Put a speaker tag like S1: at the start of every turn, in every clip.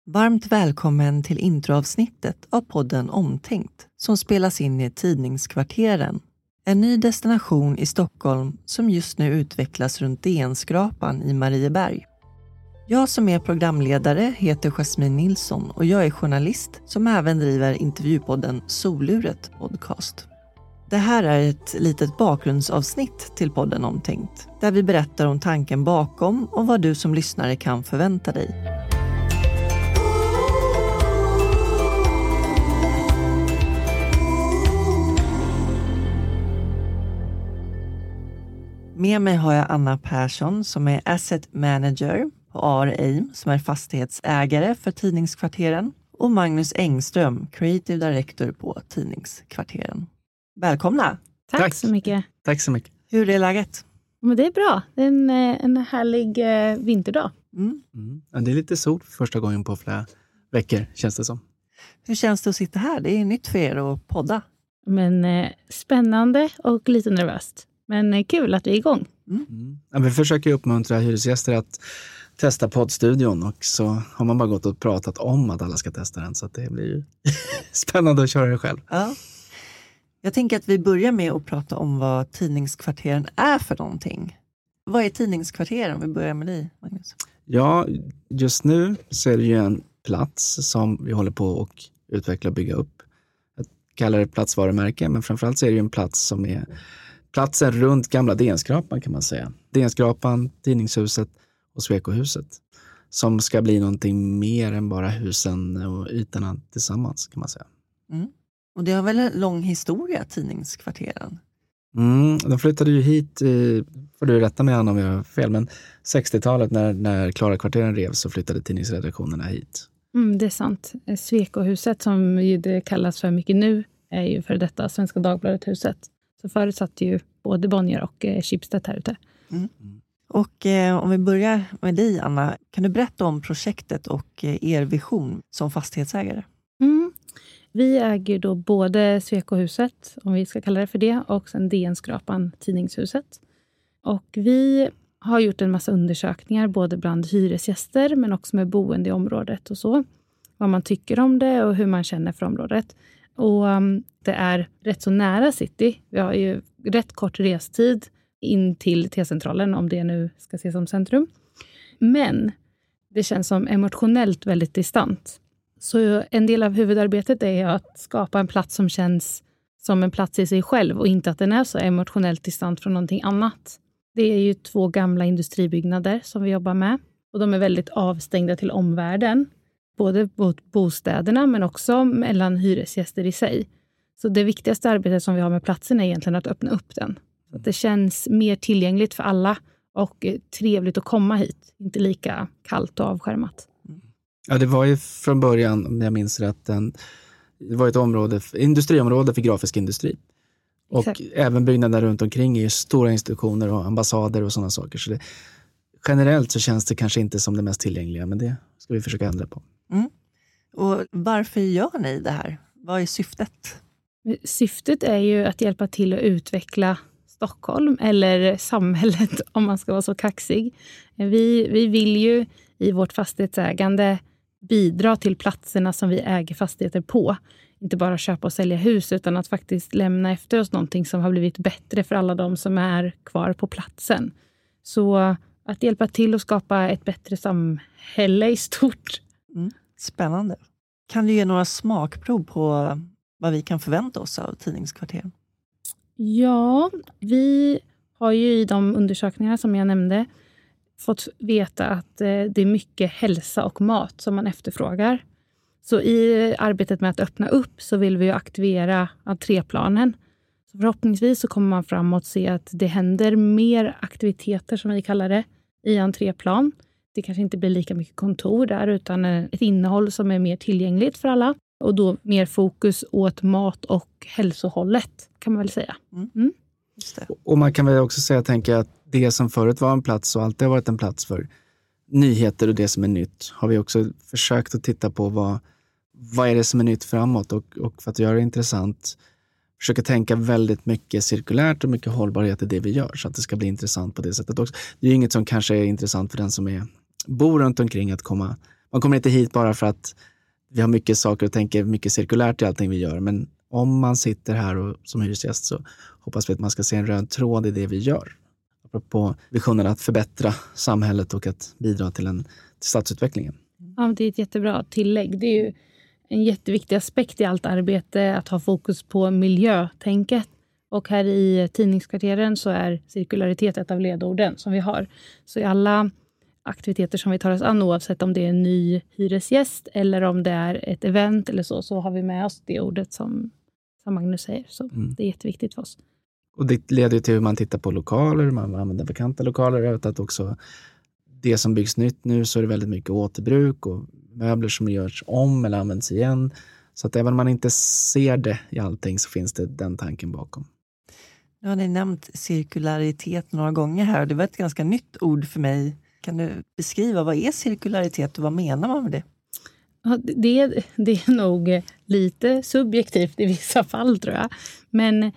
S1: Varmt välkommen till introavsnittet av podden Omtänkt som spelas in i Tidningskvarteren. En ny destination i Stockholm som just nu utvecklas runt DN-skrapan i Marieberg. Jag som är programledare heter Jasmine Nilsson och jag är journalist som även driver intervjupodden Soluret podcast. Det här är ett litet bakgrundsavsnitt till podden Omtänkt där vi berättar om tanken bakom och vad du som lyssnare kan förvänta dig. Med mig har jag Anna Persson som är asset manager på AR-Aim som är fastighetsägare för Tidningskvarteren och Magnus Engström, creative director på Tidningskvarteren. Välkomna!
S2: Tack så mycket.
S3: Tack så mycket.
S1: Hur är läget?
S2: Men det är bra. Det är en härlig vinterdag.
S3: Ja, det är lite sol för första gången på flera veckor känns det som.
S1: Hur känns det att sitta här? Det är nytt för er att podda.
S2: Men spännande och lite nervöst. Men kul att vi är igång.
S3: Ja, vi försöker uppmuntra hyresgäster att testa poddstudion och så har man bara gått och pratat om att alla ska testa den så att det blir ju spännande att köra det själv.
S1: Ja. Jag tänker att vi börjar med att prata om vad Tidningskvarteren är för någonting. Vad är Tidningskvarteren om vi börjar med dig, Magnus?
S3: Ja, just nu så är det ju en plats som vi håller på att utveckla och bygga upp. Jag kallar det platsvarumärke men framförallt så är det ju en plats som är platsen runt gamla DN-skrapan kan man säga. DN-skrapan, Tidningshuset och Swecohuset. Som ska bli någonting mer än bara husen och ytorna tillsammans kan man säga.
S1: Och det har väl en lång historia, Tidningskvarteren?
S3: De flyttade ju hit, får du rätta mig Anna om jag har fel, men 60-talet när Klara-kvarteren revs så flyttade tidningsredaktionerna hit.
S2: Det är sant. Swecohuset som ju det kallas för mycket nu är ju för detta Svenska Dagbladet-huset. Så förut satt ju både Bonnier och Schibsted här ute.
S1: Och om vi börjar med dig, Anna, kan du berätta om projektet och er vision som fastighetsägare?
S2: Vi äger då både Swecohuset, om vi ska kalla det för det, och sen DN-skrapan Tidningshuset. Och vi har gjort en massa undersökningar både bland hyresgäster men också med boende i området och så. Vad man tycker om det och hur man känner för området. Och det är rätt så nära city. Vi har ju rätt kort restid in till T-centralen om det nu ska ses som centrum. Men det känns som emotionellt väldigt distant. Så en del av huvudarbetet är att skapa en plats som känns som en plats i sig själv och inte att den är så emotionellt distant från någonting annat. Det är ju 2 gamla industribyggnader som vi jobbar med och de är väldigt avstängda till omvärlden. Både mot bostäderna men också mellan hyresgäster i sig. Så det viktigaste arbetet som vi har med platsen är egentligen att öppna upp den. Så att det känns mer tillgängligt för alla och trevligt att komma hit. Inte lika kallt och avskärmat.
S3: Ja, det var ju från början, om jag minns rätt, det var ett industriområde för grafisk industri. Och
S2: Exakt.
S3: Även byggnader runt omkring är ju stora institutioner och ambassader och sådana saker. Så generellt så känns det kanske inte som det mest tillgängliga, men det ska vi försöka ändra på.
S1: Och varför gör ni det här? Vad är syftet?
S2: Syftet är ju att hjälpa till att utveckla Stockholm eller samhället om man ska vara så kaxig. Vi vill ju i vårt fastighetsägande bidra till platserna som vi äger fastigheter på. Inte bara köpa och sälja hus utan att faktiskt lämna efter oss någonting som har blivit bättre för alla de som är kvar på platsen. Så att hjälpa till att skapa ett bättre samhälle i stort.
S1: Spännande. Kan du ge några smakprov på vad vi kan förvänta oss av Tidningskvarteren?
S2: Ja, vi har ju i de undersökningar som jag nämnde fått veta att det är mycket hälsa och mat som man efterfrågar. Så i arbetet med att öppna upp så vill vi ju aktivera entréplanen. Så förhoppningsvis så kommer man framåt se att det händer mer aktiviteter som vi kallar det i entréplan. Det kanske inte blir lika mycket kontor där utan ett innehåll som är mer tillgängligt för alla. Och då mer fokus åt mat- och hälsohållet kan man väl säga.
S1: Just det.
S3: Och man kan väl också säga, tänka att det som förut var en plats och alltid har varit en plats för nyheter och det som är nytt har vi också försökt att titta på vad är det som är nytt framåt och för att göra det intressant försöka tänka väldigt mycket cirkulärt och mycket hållbarhet i det vi gör så att det ska bli intressant på det sättet också. Det är ju inget som kanske är intressant för den som bor runt omkring att komma Man kommer inte hit bara för att vi har mycket saker och tänker mycket cirkulärt i allting vi gör. Men om man sitter här och som hyresgäst så hoppas vi att man ska se en röd tråd i det vi gör. Apropå visionen att förbättra samhället och att bidra till stadsutvecklingen.
S2: Ja, det är ett jättebra tillägg. Det är ju en jätteviktig aspekt i allt arbete att ha fokus på miljötänket. Och här i tidningskvarteren så är cirkularitet ett av ledorden som vi har. Så i alla aktiviteter som vi tar oss an, oavsett om det är en ny hyresgäst eller om det är ett event eller så har vi med oss det ordet som Magnus säger. Så det är jätteviktigt för oss.
S3: Och det leder till hur man tittar på lokaler, man använder bekanta lokaler. Jag vet att också det som byggs nytt nu så är det väldigt mycket återbruk och möbler som görs om eller används igen. Så att även om man inte ser det i allting så finns det den tanken bakom.
S1: Nu har ni nämnt cirkularitet några gånger här och det var ett ganska nytt ord för mig. Kan du beskriva vad är cirkularitet och vad menar man med det?
S2: Ja, det är nog lite subjektivt i vissa fall tror jag. Men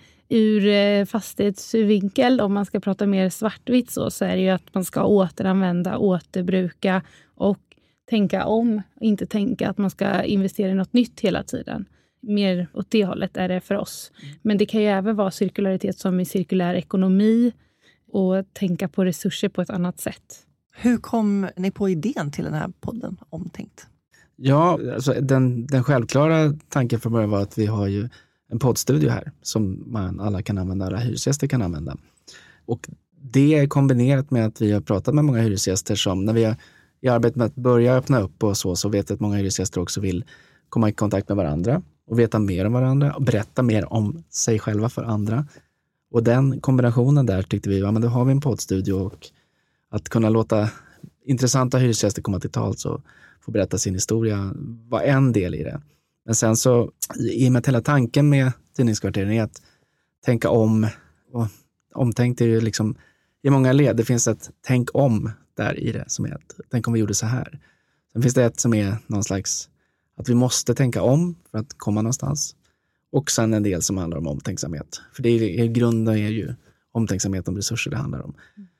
S2: ur fastighetsvinkel, om man ska prata mer svartvitt så är det ju att man ska återanvända, återbruka och tänka om. Inte tänka att man ska investera i något nytt hela tiden. Mer åt det hållet är det för oss. Men det kan ju även vara cirkularitet som i cirkulär ekonomi och tänka på resurser på ett annat sätt.
S1: Hur kom ni på idén till den här podden Omtänkt?
S3: Ja, alltså den självklara tanken från början var att vi har ju en poddstudio här som alla kan använda, alla hyresgäster kan använda. Och det är kombinerat med att vi har pratat med många hyresgäster som när vi har i arbetet med att börja öppna upp och så vet vi att många hyresgäster också vill komma i kontakt med varandra och veta mer om varandra och berätta mer om sig själva för andra. Och den kombinationen där tyckte vi, ja men då har vi en poddstudio och att kunna låta intressanta hyresgäster komma till tals och få berätta sin historia var en del i det. Men sen så, i och med att hela tanken med tidningskvarteren är att tänka om, och omtänkt är ju liksom i många led, det finns ett tänk om där i det som är att tänk om vi gjorde så här. Sen finns det ett som är någon slags att vi måste tänka om för att komma någonstans. Och sen en del som handlar om omtänksamhet. För det är grunden är ju omtänksamhet om resurser det handlar om.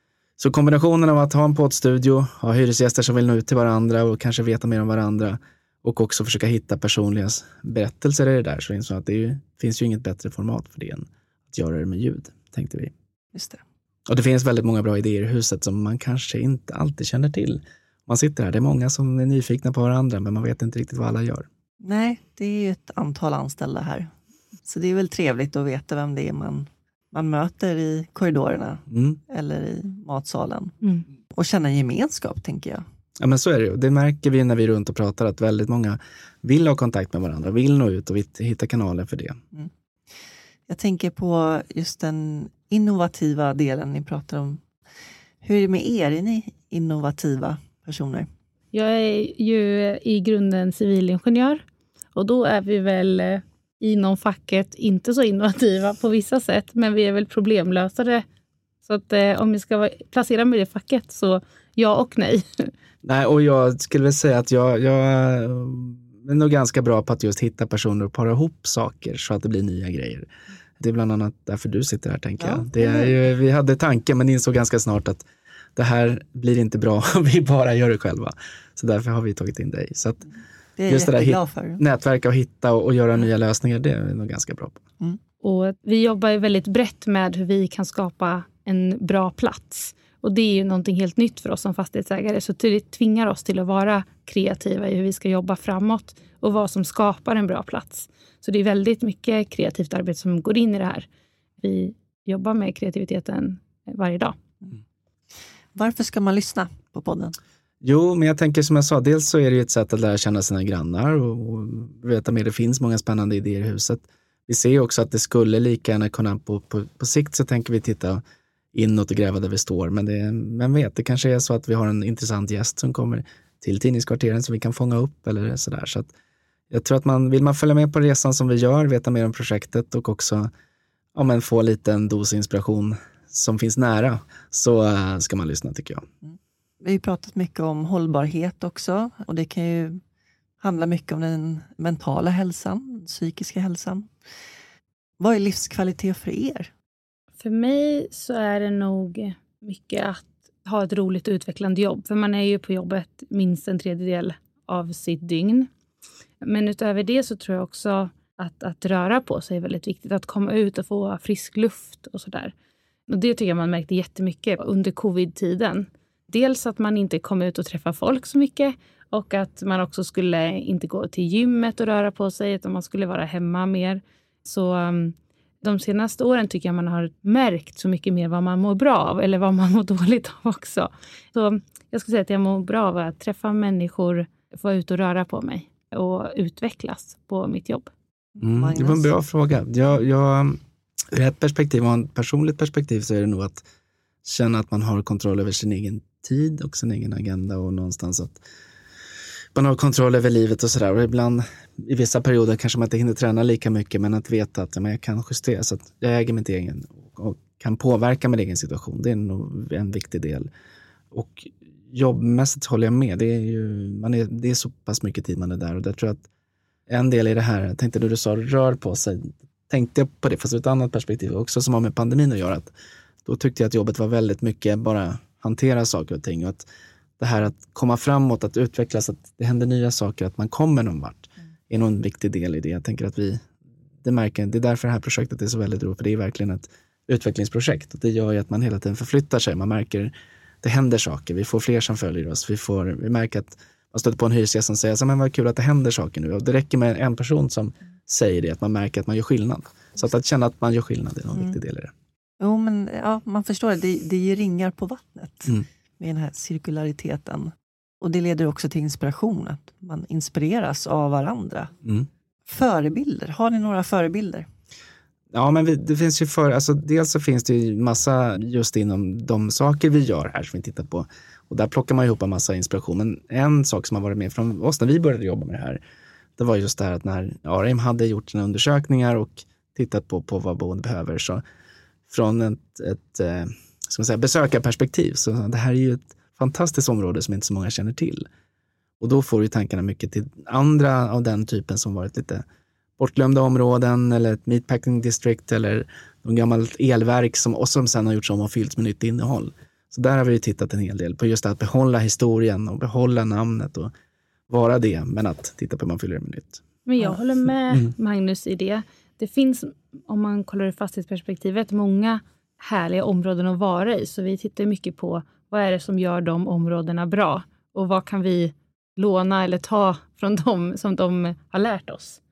S3: Så kombinationen av att ha en poddstudio, ha hyresgäster som vill nå ut till varandra och kanske veta mer om varandra och också försöka hitta personliga berättelser i det där, så insåg att det finns ju inget bättre format för det än att göra det med ljud, tänkte vi.
S1: Just det.
S3: Och det finns väldigt många bra idéer i huset som man kanske inte alltid känner till. Man sitter här, det är många som är nyfikna på varandra men man vet inte riktigt vad alla gör.
S1: Nej, det är ju ett antal anställda här. Så det är väl trevligt att veta vem det är man möter i korridorerna eller i matsalen. Och känna gemenskap, tänker jag.
S3: Ja, men så är det ju. Det märker vi när vi är runt och pratar att väldigt många vill ha kontakt med varandra, vill nå ut och hitta kanaler för det.
S1: Jag tänker på just den innovativa delen ni pratar om. Hur är det med er? Är ni innovativa personer?
S2: Jag är ju i grunden civilingenjör och då är vi väl inom facket inte så innovativa på vissa sätt, men vi är väl problemlösare. Så att om vi ska placera mig i det facket så ja och nej.
S3: Nej, och jag skulle väl säga att jag är nog ganska bra på att just hitta personer och para ihop saker så att det blir nya grejer. Det är bland annat därför du sitter här, tänker jag. Det är ju, vi hade tanken men insåg ganska snart att det här blir inte bra om vi bara gör det själva. Så därför har vi tagit in dig. Så att
S1: det är
S3: just det där
S1: för.
S3: Nätverka och hitta och göra nya lösningar, det är vi nog ganska bra på.
S2: Och vi jobbar ju väldigt brett med hur vi kan skapa en bra plats. Och det är ju någonting helt nytt för oss som fastighetsägare. Så det tvingar oss till att vara kreativa i hur vi ska jobba framåt och vad som skapar en bra plats. Så det är väldigt mycket kreativt arbete som går in i det här. Vi jobbar med kreativiteten varje dag.
S1: Varför ska man lyssna på podden?
S3: Jo, men jag tänker som jag sa, dels så är det ett sätt att lära känna sina grannar och veta mer. Det finns många spännande idéer i huset. Vi ser också att det skulle lika gärna kunna på sikt så tänker vi titta inåt och gräva där vi står. Men vem vet, det kanske är så att vi har en intressant gäst som kommer till tidningskvarteren som vi kan fånga upp eller sådär. Så att jag tror att vill man följa med på resan som vi gör, veta mer om projektet och också få en liten dos inspiration som finns nära, så ska man lyssna, tycker jag.
S1: Vi har ju pratat mycket om hållbarhet också och det kan ju handla mycket om den mentala hälsan, den psykiska hälsan. Vad är livskvalitet för er?
S2: För mig så är det nog mycket att ha ett roligt och utvecklande jobb. För man är ju på jobbet minst en tredjedel av sitt dygn. Men utöver det så tror jag också att röra på sig är väldigt viktigt. Att komma ut och få frisk luft och sådär. Och det tycker jag man märkte jättemycket under covid-tiden. Dels att man inte kom ut och träffa folk så mycket. Och att man också skulle inte gå till gymmet och röra på sig. Utan man skulle vara hemma mer. Så de senaste åren tycker jag man har märkt så mycket mer vad man mår bra av. Eller vad man mår dåligt av också. Så jag skulle säga att jag mår bra av att träffa människor. Få ut och röra på mig. Och utvecklas på mitt jobb.
S3: Det var en bra fråga. Jag ur ett perspektiv och ett personligt perspektiv så är det nog att känna att man har kontroll över sin egen tid och sin egen agenda och någonstans att man har kontroll över livet och sådär. Och ibland i vissa perioder kanske man inte hinner träna lika mycket, men att veta att jag kan justera så att jag äger mitt egen och kan påverka min egen situation. Det är nog en viktig del. Och jobbmässigt håller jag med. Det är så pass mycket tid man är där, och jag tror att en del i det här, jag tänkte när du sa rör på sig, tänkte jag på det fast ur ett annat perspektiv också som har med pandemin att göra. Att då tyckte jag att jobbet var väldigt mycket bara hantera saker och ting, och att det här att komma framåt, att utvecklas, att det händer nya saker, att man kommer någon vart är nog en viktig del i det. Jag tänker att det är därför det här projektet är så väldigt roligt, för det är verkligen ett utvecklingsprojekt, och det gör ju att man hela tiden förflyttar sig. Man märker det händer saker, vi får fler som följer oss, vi märker att man stöter på en hyresgäst som säger så men vad kul att det händer saker nu, och det räcker med en person som säger det, att man märker att man gör skillnad. Så att känna att man gör skillnad är en viktig del i det.
S1: Jo, men ja, man förstår det ger ringar på vattnet med den här cirkulariteten. Och det leder också till inspiration, att man inspireras av varandra. Förebilder, har ni några förebilder?
S3: Ja, men det finns ju dels så finns det ju massa just inom de saker vi gör här som vi tittar på. Och där plockar man ihop en massa inspiration. Men en sak som har varit med från oss när vi började jobba med det här, det var just det här att när ARIM hade gjort sina undersökningar och tittat på vad boende behöver, så från ett besökarperspektiv, så det här är ju ett fantastiskt område som inte så många känner till. Och då får ju tankarna mycket till andra av den typen som varit lite bortglömda områden, eller ett meatpacking district, eller någon gammalt elverk som sen har gjorts om och fyllts med nytt innehåll. Så där har vi tittat en hel del på just att behålla historien och behålla namnet och vara det, men att titta på hur man fyller det med nytt.
S2: Men jag håller med Magnus i det. Det finns, om man kollar ur fastighetsperspektivet, många härliga områden att vara i. Så vi tittar mycket på vad är det som gör de områdena bra. Och vad kan vi låna eller ta från dem som de har lärt oss.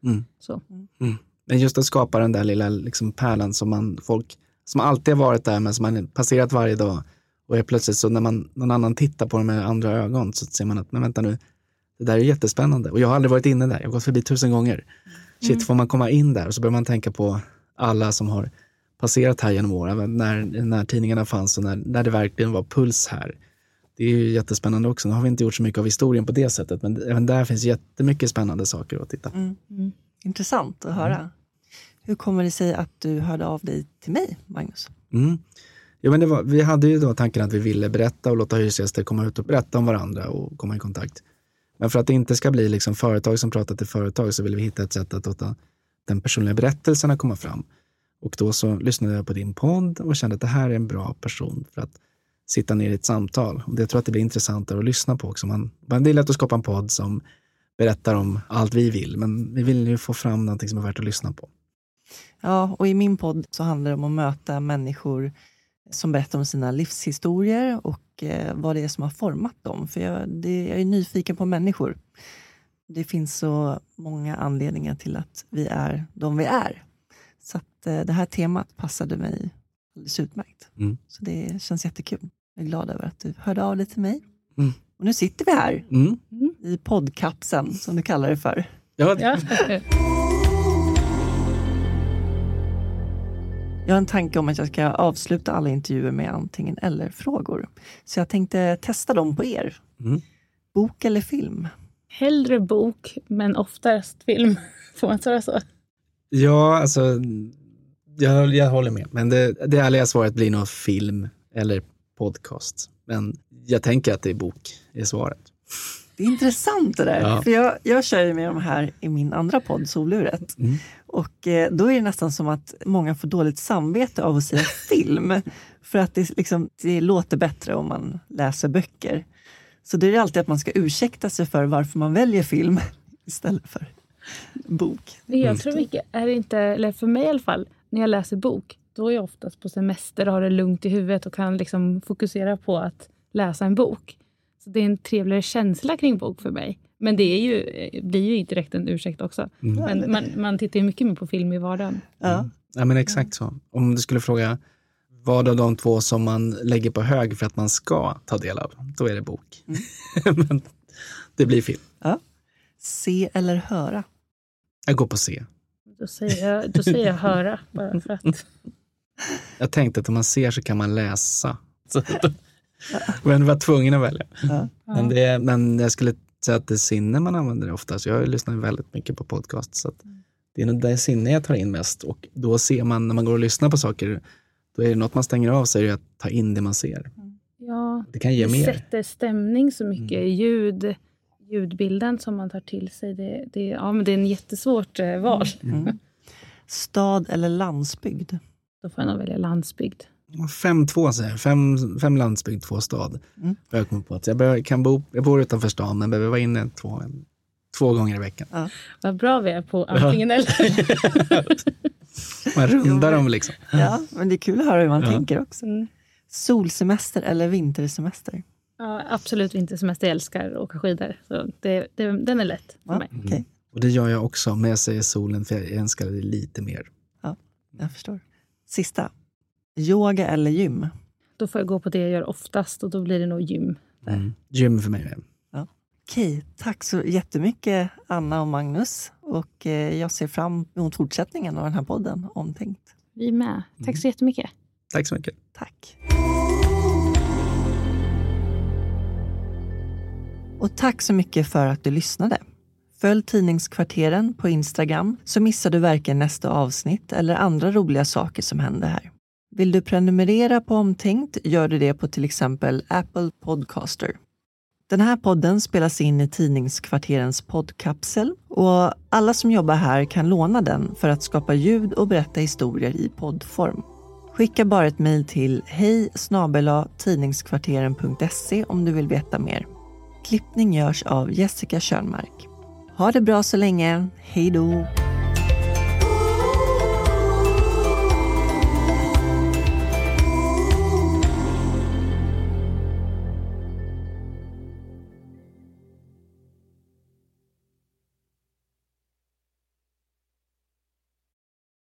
S2: Men
S3: just att skapa den där lilla liksom pärlan som folk som alltid har varit där, men som man passerat varje dag. Och är plötsligt så när någon annan tittar på dem med andra ögon, så ser man att men vänta nu, det där är jättespännande. Och jag har aldrig varit inne där. Jag har gått förbi 1000 gånger. Shit, får man komma in där? Och så börjar man tänka på alla som har passerat här genom åren. När tidningarna fanns och när det verkligen var puls här. Det är ju jättespännande också. Nu har vi inte gjort så mycket av historien på det sättet. Men även där finns jättemycket spännande saker att titta på.
S1: Intressant att höra. Hur kommer det sig att du hörde av dig till mig, Magnus?
S3: Jo, men vi hade ju då tanken att vi ville berätta och låta hyresgäster komma ut och berätta om varandra och komma i kontakt. Men för att det inte ska bli liksom företag som pratar till företag, så vill vi hitta ett sätt att låta den personliga berättelserna komma fram. Och då så lyssnade jag på din podd och kände att det här är en bra person för att sitta ner i ett samtal. Och jag tror att det blir intressantare att lyssna på också. Det är lätt att skapa en podd som berättar om allt vi vill, men vi vill ju få fram någonting som är värt att lyssna på.
S1: Ja, och i min podd så handlar det om att möta människor som berättar om sina livshistorier och vad det är som har format dem. För jag är nyfiken på människor. Det finns så många anledningar till att vi är de vi är. Så att det här temat passade mig alldeles utmärkt. Så det känns jättekul. Jag är glad över att du hörde av dig till mig. Och nu sitter vi här i poddkapseln, som du kallar det för.
S3: Ja.
S1: Jag har en tanke om att jag ska avsluta alla intervjuer med antingen eller frågor. Så jag tänkte testa dem på er. Bok eller film?
S2: Hellre bok, men oftast film. Får man säga så?
S3: Ja, alltså jag håller med. Men det ärliga svaret blir nog film eller podcast. Men jag tänker att det är bok i svaret.
S1: Det är intressant det där. Ja. För jag kör ju med de här i min andra podd, Soluret. Och då är det nästan som att många får dåligt samvete av att säga film. För att det låter bättre om man läser böcker. Så det är alltid att man ska ursäkta sig för varför man väljer film istället för bok.
S2: Jag tror mycket, är det inte, eller för mig i alla fall, när jag läser bok, då är jag oftast på semester och har det lugnt i huvudet och kan liksom fokusera på att läsa en bok. Så det är en trevligare känsla kring bok för mig. Men det är ju, blir ju inte direkt en ursäkt också. Men man tittar ju mycket mer på film i vardagen.
S3: Ja, men exakt så. Om du skulle fråga vad av de två som man lägger på hög för att man ska ta del av, då är det bok. Men det blir film.
S1: Ja. Se eller höra?
S3: Jag går på se.
S2: Då säger jag höra. Bara för att.
S3: Jag tänkte att om man ser så kan man läsa. Men var tvungen att välja. Men jag skulle säga att det är sinne man använder det ofta. Så jag lyssnar väldigt mycket på podcast. Så att det är nog det sinne jag tar in mest. Och då ser man, när man går och lyssnar på saker, då är det något man stänger av sig, är att ta in det man ser.
S2: Ja,
S3: det kan ge mer.
S2: Det sätter stämning så mycket. Ljudbilden som man tar till sig. Men det är en jättesvårt val.
S1: Stad eller landsbygd?
S2: Då får jag nog välja landsbygd.
S3: 5-2 säger jag. 5 landsbygd, 2 stad. Jag kommer på att jag bor utanför stan, men behöver vara inne 2 gånger i veckan.
S2: Ja. Vad bra vi är på antingen eller.
S3: Man rundar dem liksom.
S1: Ja, men det är kul att höra hur man tänker också. Solsemester eller vintersemester?
S2: Ja, absolut vintersemester. Jag älskar att åka skidor. Så den är lätt för mig.
S1: Okay.
S3: Och det gör jag också, men jag säger solen för jag älskar det lite mer.
S1: Ja, jag förstår. Sista. Yoga eller gym?
S2: Då får jag gå på det jag gör oftast och då blir det nog gym.
S3: Gym för mig.
S1: Ja. Okej, tack så jättemycket Anna och Magnus. Och jag ser fram emot fortsättningen av den här podden, Omtänkt.
S2: Vi med. Tack så jättemycket.
S3: Tack så mycket.
S1: Tack. Och tack så mycket för att du lyssnade. Följ Tidningskvarteren på Instagram så missar du varken nästa avsnitt eller andra roliga saker som händer här. Vill du prenumerera på Omtänkt gör du det på till exempel Apple Podcaster. Den här podden spelas in i Tidningskvarterens poddkapsel och alla som jobbar här kan låna den för att skapa ljud och berätta historier i poddform. Skicka bara ett mejl till hej@tidningskvarteren.se om du vill veta mer. Klippning görs av Jessica Könmark. Ha det bra så länge. Hej då!